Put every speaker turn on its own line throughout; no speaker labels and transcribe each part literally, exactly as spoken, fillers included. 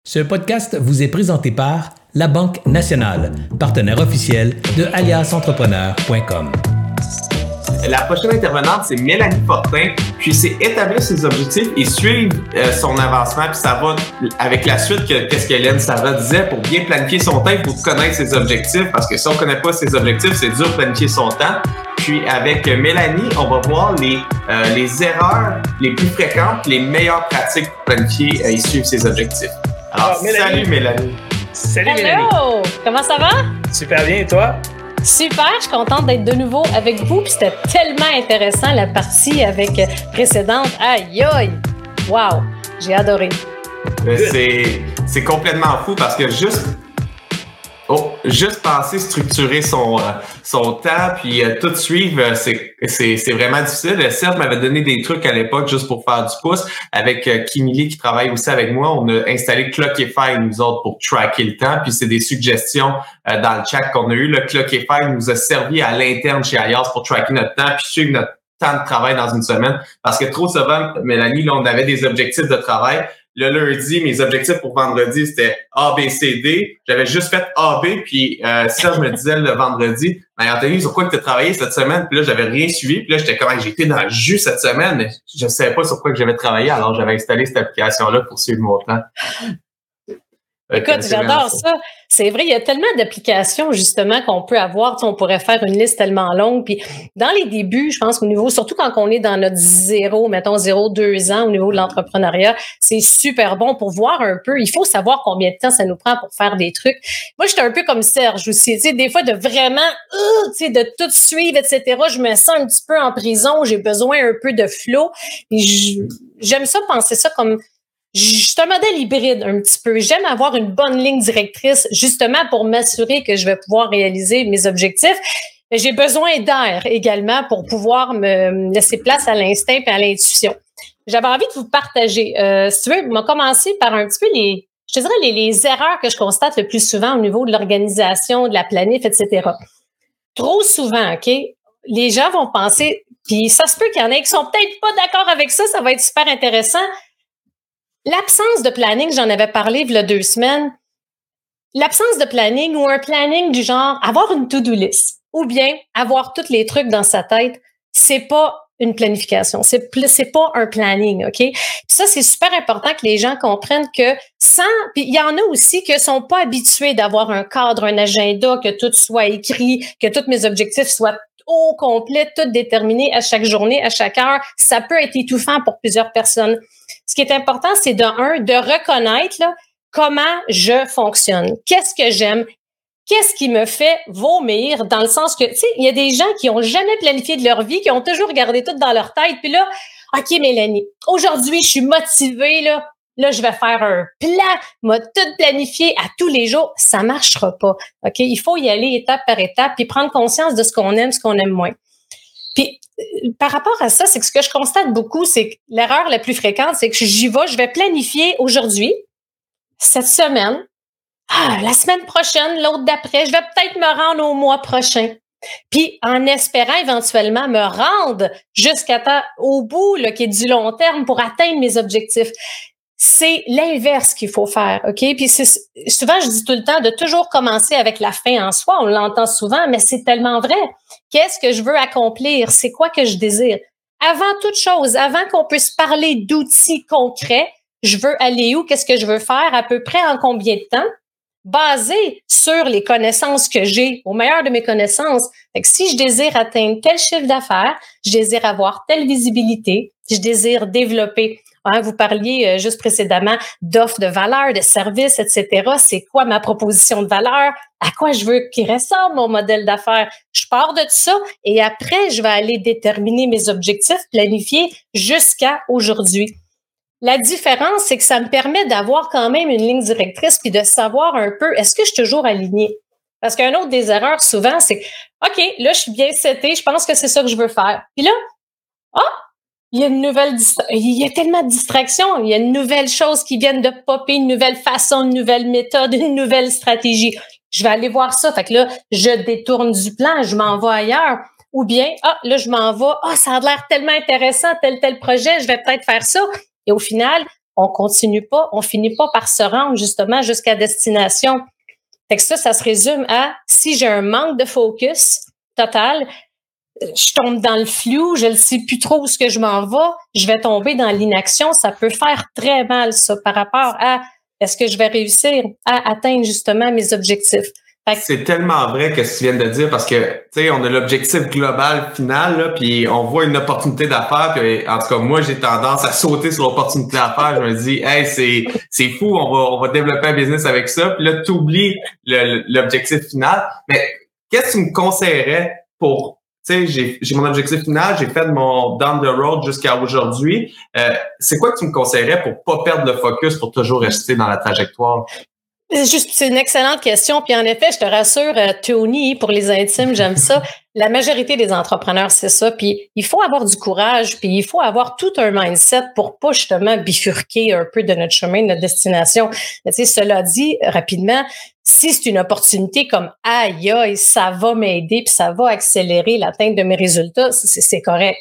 Ce podcast vous est présenté par La Banque Nationale, partenaire officiel de alias entrepreneur point com.
La prochaine intervenante, c'est Mélanie Fortin. Puis c'est établir ses objectifs et suivre euh, son avancement. Puis ça va avec la suite que qu'est-ce qu'Hélène Sarah disait, pour bien planifier son temps, il faut connaître ses objectifs. Parce que si on ne connaît pas ses objectifs, c'est dur de planifier son temps. Puis avec Mélanie, on va voir les, euh, les erreurs les plus fréquentes, les meilleures pratiques pour planifier et suivre ses objectifs. Alors, Alors Mélanie. salut Mélanie.
Salut
Hello!
Mélanie.
Comment ça va?
Super bien, et toi?
Super, je suis contente d'être de nouveau avec vous. Puis c'était tellement intéressant la partie avec précédente. Aïe aïe! Wow! J'ai adoré.
C'est, c'est complètement fou parce que juste, oh, juste penser structurer son, euh, son temps puis euh, tout suivre, euh, c'est, c'est, c'est vraiment difficile. Serge m'avait donné des trucs à l'époque juste pour faire du pouce. Avec euh, Kimili qui travaille aussi avec moi, on a installé Clockify nous autres pour tracker le temps. Puis c'est des suggestions euh, dans le chat qu'on a eu. Le Clockify nous a servi à l'interne chez Alias pour tracker notre temps puis suivre notre temps de travail dans une semaine. Parce que trop souvent, Mélanie, là, on avait des objectifs de travail. Le lundi, mes objectifs pour vendredi, c'était A, B, C, D. J'avais juste fait A, B, puis euh, ça, je me disais le vendredi, ben, Anthony, sur quoi que tu as travaillé cette semaine? Puis là, j'avais rien suivi. Puis là, j'étais comme, j'étais dans le jus cette semaine, mais je ne savais pas sur quoi que j'avais travaillé. Alors, j'avais installé cette application-là pour suivre mon temps.
Écoute, j'adore ça. C'est vrai, il y a tellement d'applications, justement, qu'on peut avoir. Tu sais, on pourrait faire une liste tellement longue. Puis, dans les débuts, je pense qu'au niveau, surtout quand on est dans notre zéro, mettons zéro, deux ans au niveau de l'entrepreneuriat, c'est super bon pour voir un peu. Il faut savoir combien de temps ça nous prend pour faire des trucs. Moi, j'étais un peu comme Serge aussi. Tu sais, des fois, de vraiment, euh, tu sais, de tout suivre, et cetera. Je me sens un petit peu en prison. J'ai besoin un peu de flow. Et je, j'aime ça, penser ça comme... Je suis un modèle hybride un petit peu. J'aime avoir une bonne ligne directrice justement pour m'assurer que je vais pouvoir réaliser mes objectifs. Mais j'ai besoin d'air également pour pouvoir me laisser place à l'instinct et à l'intuition. J'avais envie de vous partager. Euh, si tu veux, on va commencer par un petit peu les, je te dirais, les, les erreurs que je constate le plus souvent au niveau de l'organisation, de la planif, et cetera. Trop souvent, OK? Les gens vont penser, puis ça se peut qu'il y en ait qui sont peut-être pas d'accord avec ça, ça va être super intéressant. L'absence de planning, j'en avais parlé il y a deux semaines. L'absence de planning ou un planning du genre avoir une to-do list ou bien avoir tous les trucs dans sa tête, c'est pas une planification, c'est c'est pas un planning, OK? Puis ça, c'est super important que les gens comprennent que sans... Puis il y en a aussi qui sont pas habitués d'avoir un cadre, un agenda, que tout soit écrit, que tous mes objectifs soient au complet, tout déterminé à chaque journée, à chaque heure. Ça peut être étouffant pour plusieurs personnes. Ce qui est important, c'est de un, de reconnaître là, comment je fonctionne. Qu'est-ce que j'aime? Qu'est-ce qui me fait vomir? Dans le sens que, tu sais, il y a des gens qui ont jamais planifié de leur vie, qui ont toujours gardé tout dans leur tête. Puis là, OK, Mélanie, aujourd'hui, je suis motivée, là. Là, je vais faire un plan, m'a tout planifié à tous les jours. Ça marchera pas. OK? Il faut y aller étape par étape puis prendre conscience de ce qu'on aime, ce qu'on aime moins. Puis, par rapport à ça, c'est que ce que je constate beaucoup, c'est que l'erreur la plus fréquente, c'est que j'y vais, je vais planifier aujourd'hui, cette semaine, ah, la semaine prochaine, l'autre d'après, je vais peut-être me rendre au mois prochain. Puis, en espérant éventuellement me rendre jusqu'à ta, au bout, là, qui est du long terme pour atteindre mes objectifs. C'est l'inverse qu'il faut faire, OK? Puis c'est, souvent, je dis tout le temps de toujours commencer avec la fin en soi. On l'entend souvent, mais c'est tellement vrai. Qu'est-ce que je veux accomplir? C'est quoi que je désire? Avant toute chose, avant qu'on puisse parler d'outils concrets, je veux aller où? Qu'est-ce que je veux faire? À peu près en combien de temps? Basé sur les connaissances que j'ai, au meilleur de mes connaissances. Fait que si je désire atteindre tel chiffre d'affaires, je désire avoir telle visibilité, je désire développer. Hein, vous parliez euh, juste précédemment d'offres de valeur, de services, et cetera. C'est quoi ma proposition de valeur? À quoi je veux qu'il ressemble mon modèle d'affaires? Je pars de ça et après, je vais aller déterminer mes objectifs, planifier jusqu'à aujourd'hui. La différence, c'est que ça me permet d'avoir quand même une ligne directrice puis de savoir un peu, est-ce que je suis toujours alignée? Parce qu'un autre des erreurs, souvent, c'est que, OK, là, je suis bien setée, je pense que c'est ça que je veux faire. Puis là, ah, il y a une nouvelle, distra- il y a tellement de distractions, il y a une nouvelle chose qui viennent de popper, une nouvelle façon, une nouvelle méthode, une nouvelle stratégie. Je vais aller voir ça. Fait que là, je détourne du plan, je m'en vais ailleurs. Ou bien, ah, là, je m'en vais, ah, ça a l'air tellement intéressant, tel, tel projet, je vais peut-être faire ça. Et au final, on continue pas, on finit pas par se rendre justement jusqu'à destination. Fait que ça, ça se résume à si j'ai un manque de focus total, je tombe dans le flou, je ne sais plus trop où ce que je m'en vais, je vais tomber dans l'inaction. Ça peut faire très mal, ça, par rapport à est-ce que je vais réussir à atteindre justement mes objectifs. Que...
C'est tellement vrai que ce que tu viens de dire parce que, tu sais, on a l'objectif global final, là, puis on voit une opportunité d'affaires, puis en tout cas, moi, j'ai tendance à sauter sur l'opportunité d'affaires. Je me dis, hey, c'est, c'est fou, on va, on va développer un business avec ça, puis là, t'oublies le, l'objectif final. Mais qu'est-ce que tu me conseillerais pour, tu sais, j'ai, j'ai mon objectif final, j'ai fait mon down the road jusqu'à aujourd'hui. Euh, c'est quoi que tu me conseillerais pour pas perdre le focus, pour toujours rester dans la trajectoire?
C'est juste, c'est une excellente question. Puis en effet, je te rassure, Tony, pour les intimes, j'aime ça. La majorité des entrepreneurs, c'est ça. Puis il faut avoir du courage, puis il faut avoir tout un mindset pour pas justement bifurquer un peu de notre chemin, de notre destination. Mais, tu sais, cela dit, rapidement, si c'est une opportunité comme aïe, aïe, ça va m'aider, puis ça va accélérer l'atteinte de mes résultats, c'est, c'est correct.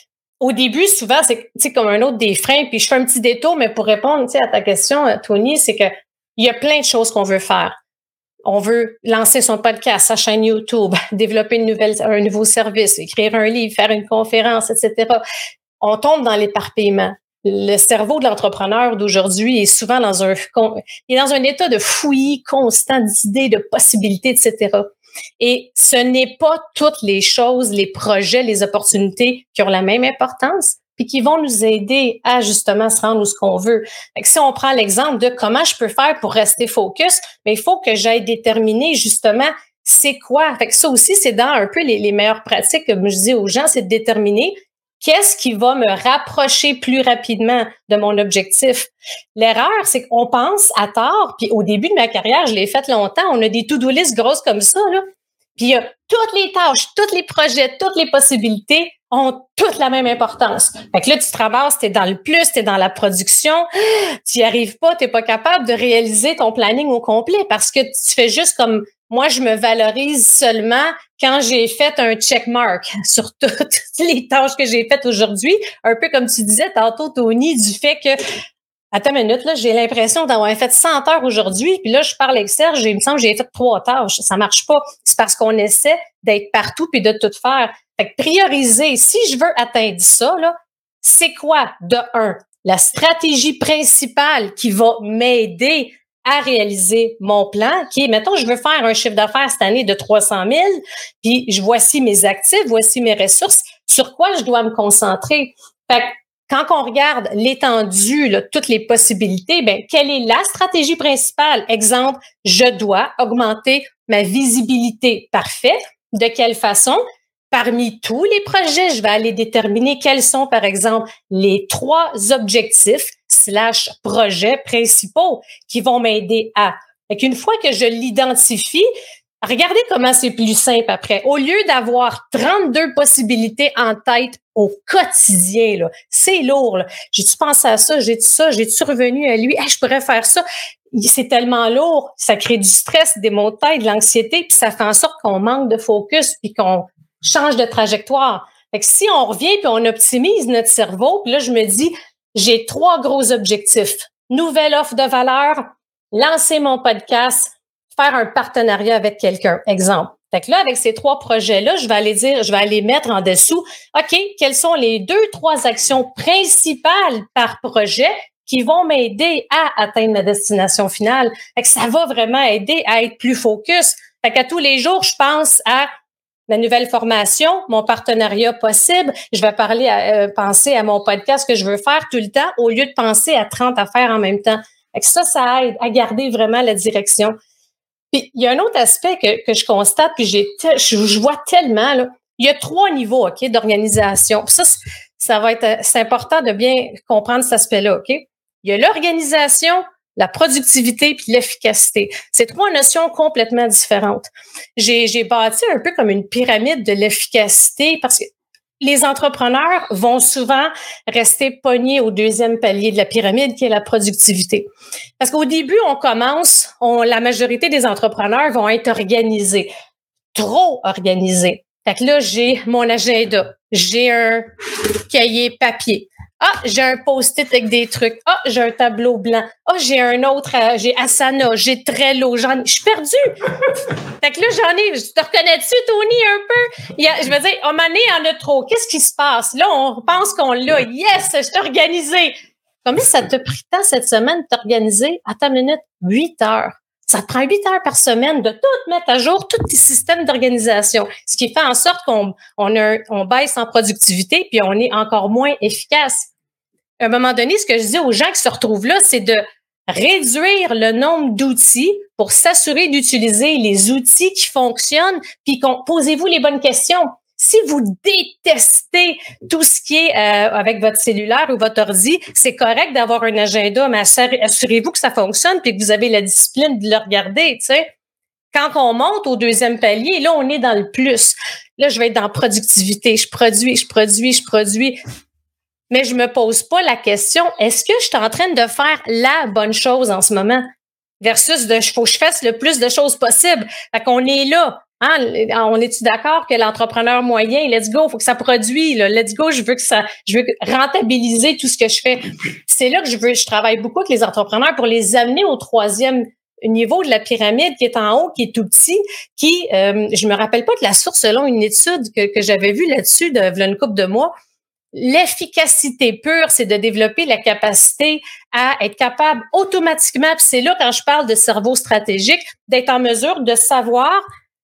Au début, souvent, c'est, tu sais, comme un autre des freins. Puis je fais un petit détour, mais pour répondre, tu sais, à ta question, Tony, c'est que il y a plein de choses qu'on veut faire. On veut lancer son podcast, sa chaîne YouTube, développer une nouvelle, un nouveau service, écrire un livre, faire une conférence, et cetera. On tombe dans l'éparpillement. Le cerveau de l'entrepreneur d'aujourd'hui est souvent dans un, il est dans un état de fouillis constant d'idées, de possibilités, et cetera. Et ce n'est pas toutes les choses, les projets, les opportunités qui ont la même importance, puis qui vont nous aider à justement se rendre où ce qu'on veut. Fait que si on prend l'exemple de comment je peux faire pour rester focus, mais il faut que j'aille déterminer justement c'est quoi. Fait que ça aussi, c'est dans un peu les, les meilleures pratiques, comme je dis aux gens, c'est de déterminer qu'est-ce qui va me rapprocher plus rapidement de mon objectif. L'erreur, c'est qu'on pense à tort, puis au début de ma carrière, je l'ai fait longtemps, on a des to-do list grosses comme ça, là. Puis il y a toutes les tâches, tous les projets, toutes les possibilités ont toutes la même importance. Fait que là, tu te ramasses, t'es dans le plus, t'es dans la production, tu y arrives pas, t'es pas capable de réaliser ton planning au complet parce que tu fais juste comme moi, je me valorise seulement quand j'ai fait un checkmark sur toutes les tâches que j'ai faites aujourd'hui. Un peu comme tu disais tantôt, Tony, du fait que attends une minute, là, j'ai l'impression d'avoir fait cent heures aujourd'hui, puis là, je parle avec Serge, il me semble que j'ai fait trois tâches. Ça marche pas. C'est parce qu'on essaie d'être partout puis de tout faire. Fait que prioriser, si je veux atteindre ça, là, c'est quoi, de un, la stratégie principale qui va m'aider à réaliser mon plan, qui est, mettons, je veux faire un chiffre d'affaires cette année de trois cent mille, puis je voici mes actifs, voici mes ressources, sur quoi je dois me concentrer. Fait que quand on regarde l'étendue, là, toutes les possibilités, ben quelle est la stratégie principale? Exemple, je dois augmenter ma visibilité. Parfait. De quelle façon? Parmi tous les projets, je vais aller déterminer quels sont, par exemple, les trois objectifs slash projets principaux qui vont m'aider à. Fait qu'une fois que je l'identifie, regardez comment c'est plus simple après. Au lieu d'avoir trente-deux possibilités en tête au quotidien, là, c'est lourd. Là. J'ai-tu pensé à ça? J'ai-tu ça? J'ai-tu revenu à lui? Hey, je pourrais faire ça. C'est tellement lourd. Ça crée du stress, des maux de tête, de l'anxiété, puis ça fait en sorte qu'on manque de focus puis qu'on change de trajectoire. Fait que si on revient puis on optimise notre cerveau, puis là, je me dis, j'ai trois gros objectifs. Nouvelle offre de valeur, lancer mon podcast, faire un partenariat avec quelqu'un. Exemple. Fait que là, avec ces trois projets-là, je vais aller dire, je vais aller mettre en dessous, OK, quelles sont les deux, trois actions principales par projet qui vont m'aider à atteindre ma destination finale. Fait que ça va vraiment aider à être plus focus. Fait qu'à tous les jours, je pense à ma nouvelle formation, mon partenariat possible. Je vais parler à, euh, penser à mon podcast que je veux faire tout le temps au lieu de penser à trente affaires en même temps. Fait que ça, ça aide à garder vraiment la direction. Puis, il y a un autre aspect que, que je constate, puis j'ai te, je, je vois tellement, là. Il y a trois niveaux, OK, d'organisation. Puis ça, ça va être, c'est important de bien comprendre cet aspect-là, OK? Il y a l'organisation, la productivité puis l'efficacité. C'est trois notions complètement différentes. J'ai, j'ai bâti un peu comme une pyramide de l'efficacité parce que les entrepreneurs vont souvent rester pognés au deuxième palier de la pyramide, qui est la productivité. Parce qu'au début, on commence, on, la majorité des entrepreneurs vont être organisés, trop organisés. Fait que là, j'ai mon agenda, j'ai un cahier papier. Ah, j'ai un post-it avec des trucs. Ah, j'ai un tableau blanc. Ah, j'ai un autre, euh, j'ai Asana, j'ai Trello. J'en, je suis perdue. Fait que là, j'en ai, tu te reconnais-tu, Tony, un peu? Il y a, je veux dire, on m'en est en a trop. Qu'est-ce qui se passe? Là, on pense qu'on l'a. Yes, je t'ai organisé. Combien ça t'a pris de temps cette semaine de t'organiser? Attends une minute, huit heures. Ça te prend huit heures par semaine de tout mettre à jour, tous tes systèmes d'organisation. Ce qui fait en sorte qu'on on a, on baisse en productivité puis on est encore moins efficace. À un moment donné, ce que je dis aux gens qui se retrouvent là, c'est de réduire le nombre d'outils pour s'assurer d'utiliser les outils qui fonctionnent puis qu'on, posez-vous les bonnes questions. Si vous détestez tout ce qui est euh, avec votre cellulaire ou votre ordi, c'est correct d'avoir un agenda, mais assurez-vous que ça fonctionne puis que vous avez la discipline de le regarder, tu sais. Quand on monte au deuxième palier, là, on est dans le plus. Là, je vais être dans productivité. Je produis, je produis, je produis. Mais je me pose pas la question, est-ce que je suis en train de faire la bonne chose en ce moment? Versus de, il faut que je fasse le plus de choses possible. Fait qu'on est là. Hein? On est-tu d'accord que l'entrepreneur moyen, let's go, faut que ça produise, là. Let's go, je veux que ça, je veux rentabiliser tout ce que je fais. C'est là que je veux, je travaille beaucoup avec les entrepreneurs pour les amener au troisième niveau de la pyramide qui est en haut, qui est tout petit, qui, euh, je me rappelle pas de la source selon une étude que, que j'avais vue là-dessus de v'là une couple de mois. L'efficacité pure, c'est de développer la capacité à être capable automatiquement, puis c'est là quand je parle de cerveau stratégique, d'être en mesure de savoir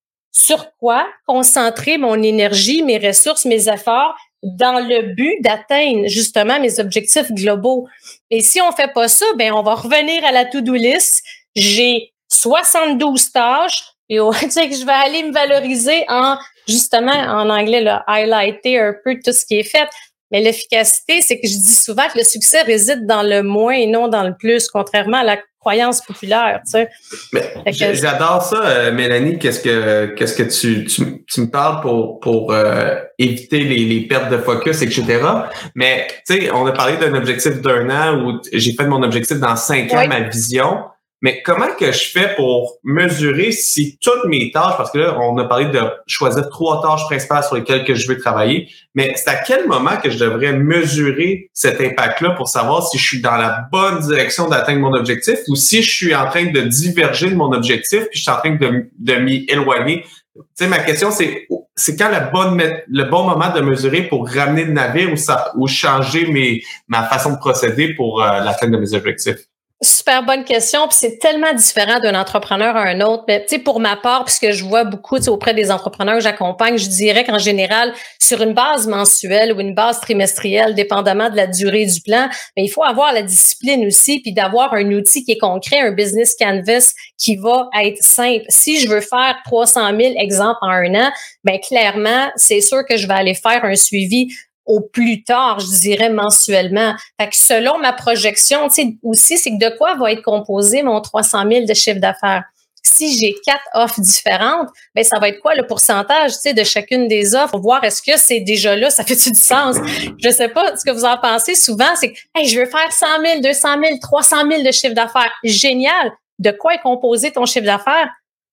sur quoi concentrer mon énergie, mes ressources, mes efforts dans le but d'atteindre justement mes objectifs globaux. Et si on fait pas ça, ben on va revenir à la to-do list. J'ai soixante-douze tâches et oh, tu sais que je vais aller me valoriser en justement en anglais là, highlighter un peu tout ce qui est fait. Mais l'efficacité, c'est que je dis souvent que le succès réside dans le moins et non dans le plus, contrairement à la croyance populaire, tu sais.
Mais j'adore ça, euh, Mélanie. Qu'est-ce que qu'est-ce que tu, tu, tu me parles pour pour euh, éviter les, les pertes de focus, et cetera. Mais tu sais, on a parlé d'un objectif d'un an où j'ai fait mon objectif dans cinq ans, oui. Ma vision. Mais comment que je fais pour mesurer si toutes mes tâches, parce que là, on a parlé de choisir trois tâches principales sur lesquelles que je veux travailler, mais c'est à quel moment que je devrais mesurer cet impact-là pour savoir si je suis dans la bonne direction d'atteindre mon objectif ou si je suis en train de diverger de mon objectif puis je suis en train de, de m'y éloigner. Tu sais, ma question, c'est c'est quand la bonne, le bon moment de mesurer pour ramener le navire ou, ça, ou changer mes, ma façon de procéder pour euh, l'atteinte de mes objectifs?
Super bonne question, puis c'est tellement différent d'un entrepreneur à un autre. Mais tu sais, pour ma part, puisque je vois beaucoup auprès des entrepreneurs que j'accompagne, je dirais qu'en général, sur une base mensuelle ou une base trimestrielle, dépendamment de la durée du plan, mais il faut avoir la discipline aussi, puis d'avoir un outil qui est concret, un business canvas qui va être simple. Si je veux faire trois cent mille exemples en un an, ben clairement, c'est sûr que je vais aller faire un suivi au plus tard, je dirais mensuellement. Fait que selon ma projection, tu sais, aussi, c'est que de quoi va être composé mon trois cent mille de chiffre d'affaires? Si j'ai quatre offres différentes, ben ça va être quoi le pourcentage, tu sais, de chacune des offres pour voir est-ce que c'est déjà là, ça fait-tu du sens? Je sais pas ce que vous en pensez souvent, c'est que hey, je veux faire cent mille, deux cent mille, trois cent mille de chiffre d'affaires. Génial! De quoi est composé ton chiffre d'affaires?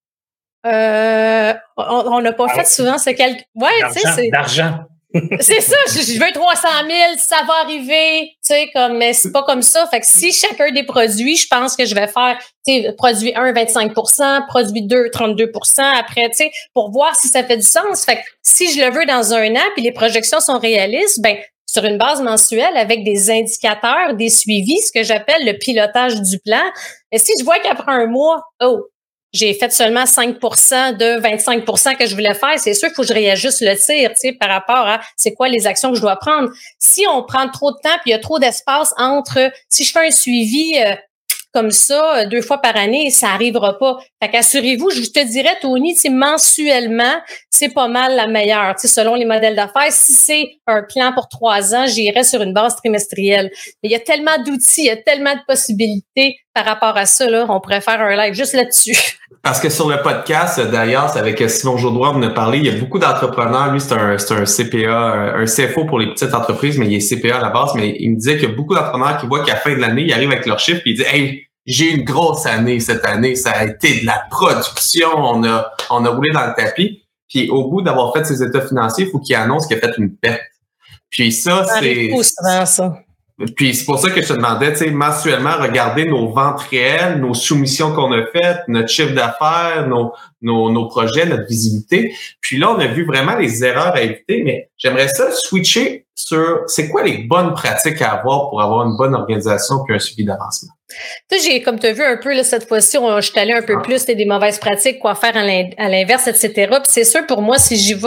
Euh, on n'a pas fait souvent ce calcul. Ouais, tu sais, c'est
d'argent.
C'est ça, je veux trois cent mille, ça va arriver, tu sais, comme, mais c'est pas comme ça. Fait que si chacun des produits, je pense que je vais faire, tu sais, produit un, vingt-cinq pour cent, produit deux, trente-deux pour cent, après, tu sais, pour voir si ça fait du sens. Fait que si je le veux dans un an, puis les projections sont réalistes, ben, sur une base mensuelle avec des indicateurs, des suivis, ce que j'appelle le pilotage du plan. Et si je vois qu'après un mois, oh, j'ai fait seulement cinq pour cent de vingt-cinq pour cent que je voulais faire, c'est sûr qu'il faut que je réajuste le tir, tu sais, par rapport à c'est quoi les actions que je dois prendre. Si on prend trop de temps puis il y a trop d'espace entre, si je fais un suivi euh, comme ça deux fois par année, ça arrivera pas. Fait qu'assurez-vous, je te dirais, Tony, tu sais, mensuellement, c'est pas mal la meilleure, tu sais, selon les modèles d'affaires. Si c'est un plan pour trois ans, j'irais sur une base trimestrielle. Mais il y a tellement d'outils, il y a tellement de possibilités par rapport à ça, là, on pourrait faire un live juste là-dessus.
Parce que sur le podcast, d'ailleurs, c'est avec Simon Jourdois, on en a parlé, il y a beaucoup d'entrepreneurs. Lui, c'est un, c'est un C P A, un C F O pour les petites entreprises, mais il est C P A à la base. Mais il me disait qu'il y a beaucoup d'entrepreneurs qui voient qu'à la fin de l'année, ils arrivent avec leurs chiffres et ils disent « Hey, j'ai une grosse année cette année. Ça a été de la production. On a, on a roulé dans le tapis. » Puis au bout d'avoir fait ses états financiers, il faut qu'il annonce qu'il a fait une perte. Puis ça,
ça
c'est...
souvent, ça.
Puis c'est pour ça que je te demandais, tu sais, mensuellement, regarder nos ventes réelles, nos soumissions qu'on a faites, notre chiffre d'affaires, nos, nos, nos projets, notre visibilité. Puis là, on a vu vraiment les erreurs à éviter, mais j'aimerais ça switcher sur c'est quoi les bonnes pratiques à avoir pour avoir une bonne organisation puis un suivi d'avancement.
Tu sais, j'ai, comme tu as vu un peu, là, cette fois-ci, on, je suis allée un peu plus, t'es des mauvaises pratiques, quoi faire à, l'in, à l'inverse, et cetera. Puis c'est sûr, pour moi, si j'y vais,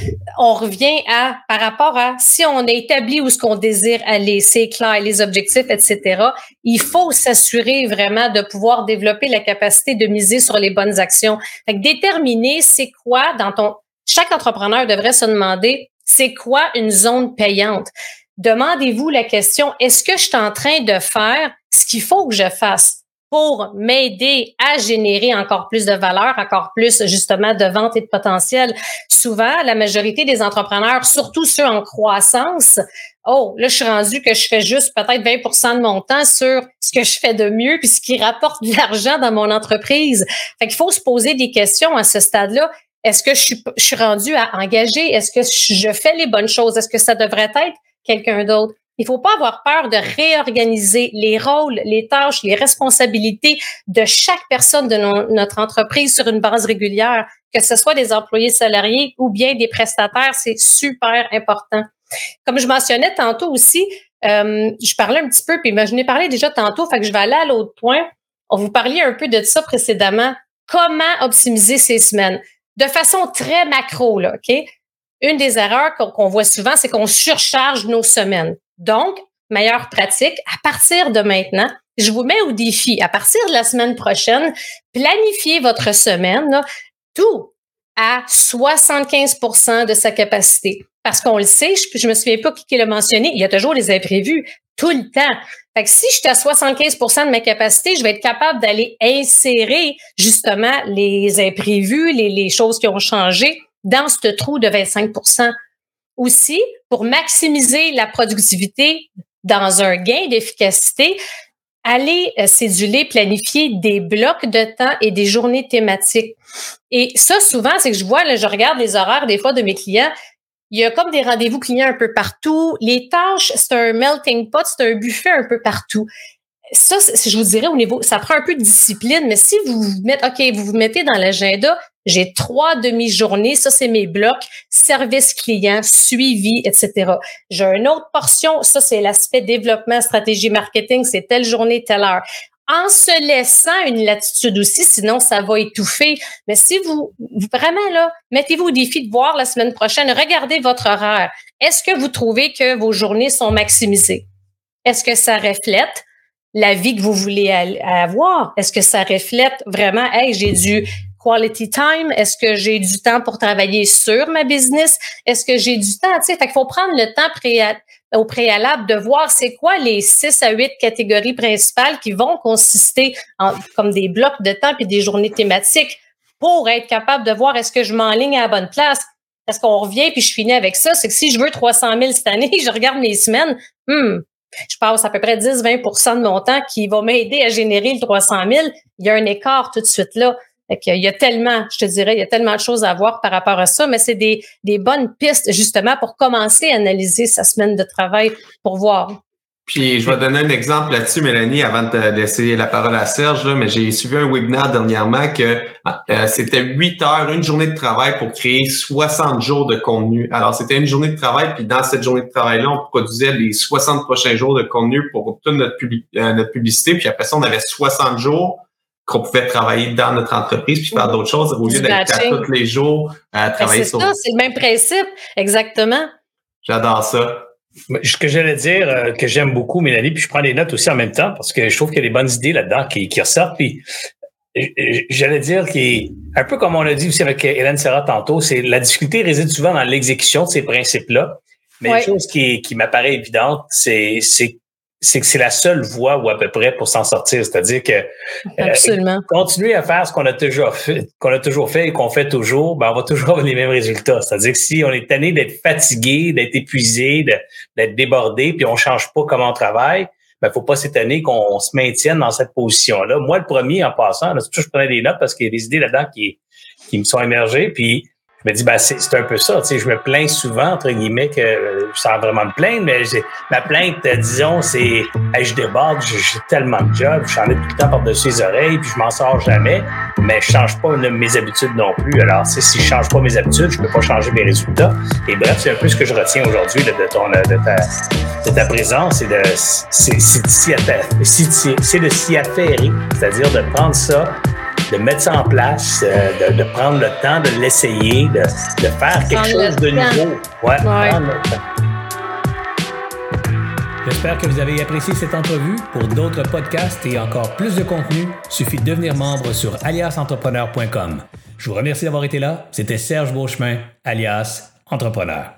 on revient à, par rapport à, si on a établi où ce qu'on désire aller, c'est clair, les objectifs, et cetera, il faut s'assurer vraiment de pouvoir développer la capacité de miser sur les bonnes actions. Fait que déterminer c'est quoi dans ton, chaque entrepreneur devrait se demander, c'est quoi une zone payante? Demandez-vous la question, est-ce que je suis en train de faire ce qu'il faut que je fasse pour m'aider à générer encore plus de valeur, encore plus justement de vente et de potentiel? Souvent, la majorité des entrepreneurs, surtout ceux en croissance, oh, là, je suis rendu que je fais juste peut-être vingt pour cent de mon temps sur ce que je fais de mieux puis ce qui rapporte de l'argent dans mon entreprise. Fait qu'il faut se poser des questions à ce stade-là. Est-ce que je suis, je suis rendu à engager? Est-ce que je fais les bonnes choses? Est-ce que ça devrait être quelqu'un d'autre? Il faut pas avoir peur de réorganiser les rôles, les tâches, les responsabilités de chaque personne de no- notre entreprise sur une base régulière, que ce soit des employés salariés ou bien des prestataires, c'est super important. Comme je mentionnais tantôt aussi, euh, je parlais un petit peu, puis je n'ai parlé déjà tantôt, fait que je vais aller à l'autre point. On vous parlait un peu de ça précédemment. Comment optimiser ces semaines? De façon très macro, là, OK? Une des erreurs qu'on, qu'on voit souvent, c'est qu'on surcharge nos semaines. Donc, meilleure pratique, à partir de maintenant, je vous mets au défi, à partir de la semaine prochaine, planifiez votre semaine, là, tout à soixante-quinze pour cent de sa capacité. Parce qu'on le sait, je, je me souviens pas qui l'a mentionné, il y a toujours des imprévus, tout le temps. Fait que si je suis à soixante-quinze pour cent de ma capacité, je vais être capable d'aller insérer justement les imprévus, les, les choses qui ont changé dans ce trou de vingt-cinq pour cent. Aussi, pour maximiser la productivité dans un gain d'efficacité, allez céduler, planifier des blocs de temps et des journées thématiques. Et ça, souvent, c'est que je vois, là, je regarde les horaires des fois de mes clients, il y a comme des rendez-vous clients un peu partout. Les tâches, c'est un melting pot, c'est un buffet un peu partout. Ça, je vous dirais au niveau, ça prend un peu de discipline, mais si vous vous mettez, OK, vous vous mettez dans l'agenda, j'ai trois demi-journées, ça c'est mes blocs, service client, suivi, et cetera. J'ai une autre portion, ça c'est l'aspect développement, stratégie marketing, c'est telle journée, telle heure. En se laissant une latitude aussi, sinon ça va étouffer. Mais si vous, vous vraiment là, mettez-vous au défi de voir la semaine prochaine, regardez votre horaire. Est-ce que vous trouvez que vos journées sont maximisées? Est-ce que ça reflète la vie que vous voulez avoir? Est-ce que ça reflète vraiment, hey, j'ai du quality time? Est-ce que j'ai du temps pour travailler sur ma business? Est-ce que j'ai du temps? Tu sais, fait qu'il faut prendre le temps préa- au préalable de voir c'est quoi les six à huit catégories principales qui vont consister en, comme des blocs de temps puis des journées thématiques pour être capable de voir est-ce que je m'enligne à la bonne place? Est-ce qu'on revient puis je finis avec ça? C'est que si je veux trois cent mille cette année, je regarde mes semaines, hmm, je passe à peu près dix à vingt pour cent de mon temps qui va m'aider à générer le trois cent mille. Il y a un écart tout de suite là. Fait qu'il y a tellement, je te dirais, il y a tellement de choses à voir par rapport à ça, mais c'est des, des bonnes pistes justement pour commencer à analyser sa semaine de travail pour voir.
Puis, je vais donner un exemple là-dessus, Mélanie, avant de laisser la parole à Serge, là, mais j'ai suivi un webinaire dernièrement que euh, c'était huit heures, une journée de travail pour créer soixante jours de contenu. Alors, c'était une journée de travail, puis dans cette journée de travail-là, on produisait les soixante prochains jours de contenu pour toute notre, publi- euh, notre publicité, puis après ça, on avait soixante jours qu'on pouvait travailler dans notre entreprise puis faire d'autres choses au lieu d'être à tous les jours à travailler
c'est
sur...
C'est ça, c'est le même principe, exactement.
J'adore ça.
Ce que j'allais dire, euh, que j'aime beaucoup, Mélanie, puis je prends des notes aussi en même temps parce que je trouve qu'il y a des bonnes idées là-dedans qui, qui ressortent. Puis j'allais dire qu'un peu comme on l'a dit aussi avec Hélène Serra tantôt, c'est la difficulté réside souvent dans l'exécution de ces principes-là. Mais ouais. Une chose qui, qui m'apparaît évidente, c'est, c'est c'est que c'est la seule voie ou à peu près pour s'en sortir. C'est-à-dire que
Absolument.
Euh, continuer à faire ce qu'on a toujours fait, qu'on a toujours fait et qu'on fait toujours, ben on va toujours avoir les mêmes résultats. C'est-à-dire que si on est tanné d'être fatigué, d'être épuisé, de, d'être débordé, puis on change pas comment on travaille, ben faut pas s'étonner qu'on se maintienne dans cette position-là. Moi, le premier en passant, là, c'est pour ça que je prenais des notes parce qu'il y a des idées là-dedans qui qui me sont émergées. Puis je me dis, ben, c'est, c'est un peu ça. Tu sais, je me plains souvent, entre guillemets, que euh, sans vraiment me plaindre, mais j'ai, ma plainte, euh, disons, c'est hey, je déborde, j'ai, j'ai tellement de jobs, j'en ai tout le temps par-dessus les oreilles, puis je m'en sors jamais, mais je change pas ne, mes habitudes non plus. Alors, tu sais, si je change pas mes habitudes, je peux pas changer mes résultats. Et bref, c'est un peu ce que je retiens aujourd'hui là, de, ton, de, ta, de ta présence, et de, c'est, c'est, c'est, c'est, c'est de s'y affairer, c'est-à-dire de prendre ça, de mettre ça en place, euh, de, de prendre le temps de l'essayer, de, de faire quelque prendre chose de nouveau. Ouais, ouais. Prendre le temps.
J'espère que vous avez apprécié cette entrevue. Pour d'autres podcasts et encore plus de contenu, suffit de devenir membre sur alias entrepreneur point com. Je vous remercie d'avoir été là. C'était Serge Beauchemin, alias Entrepreneur.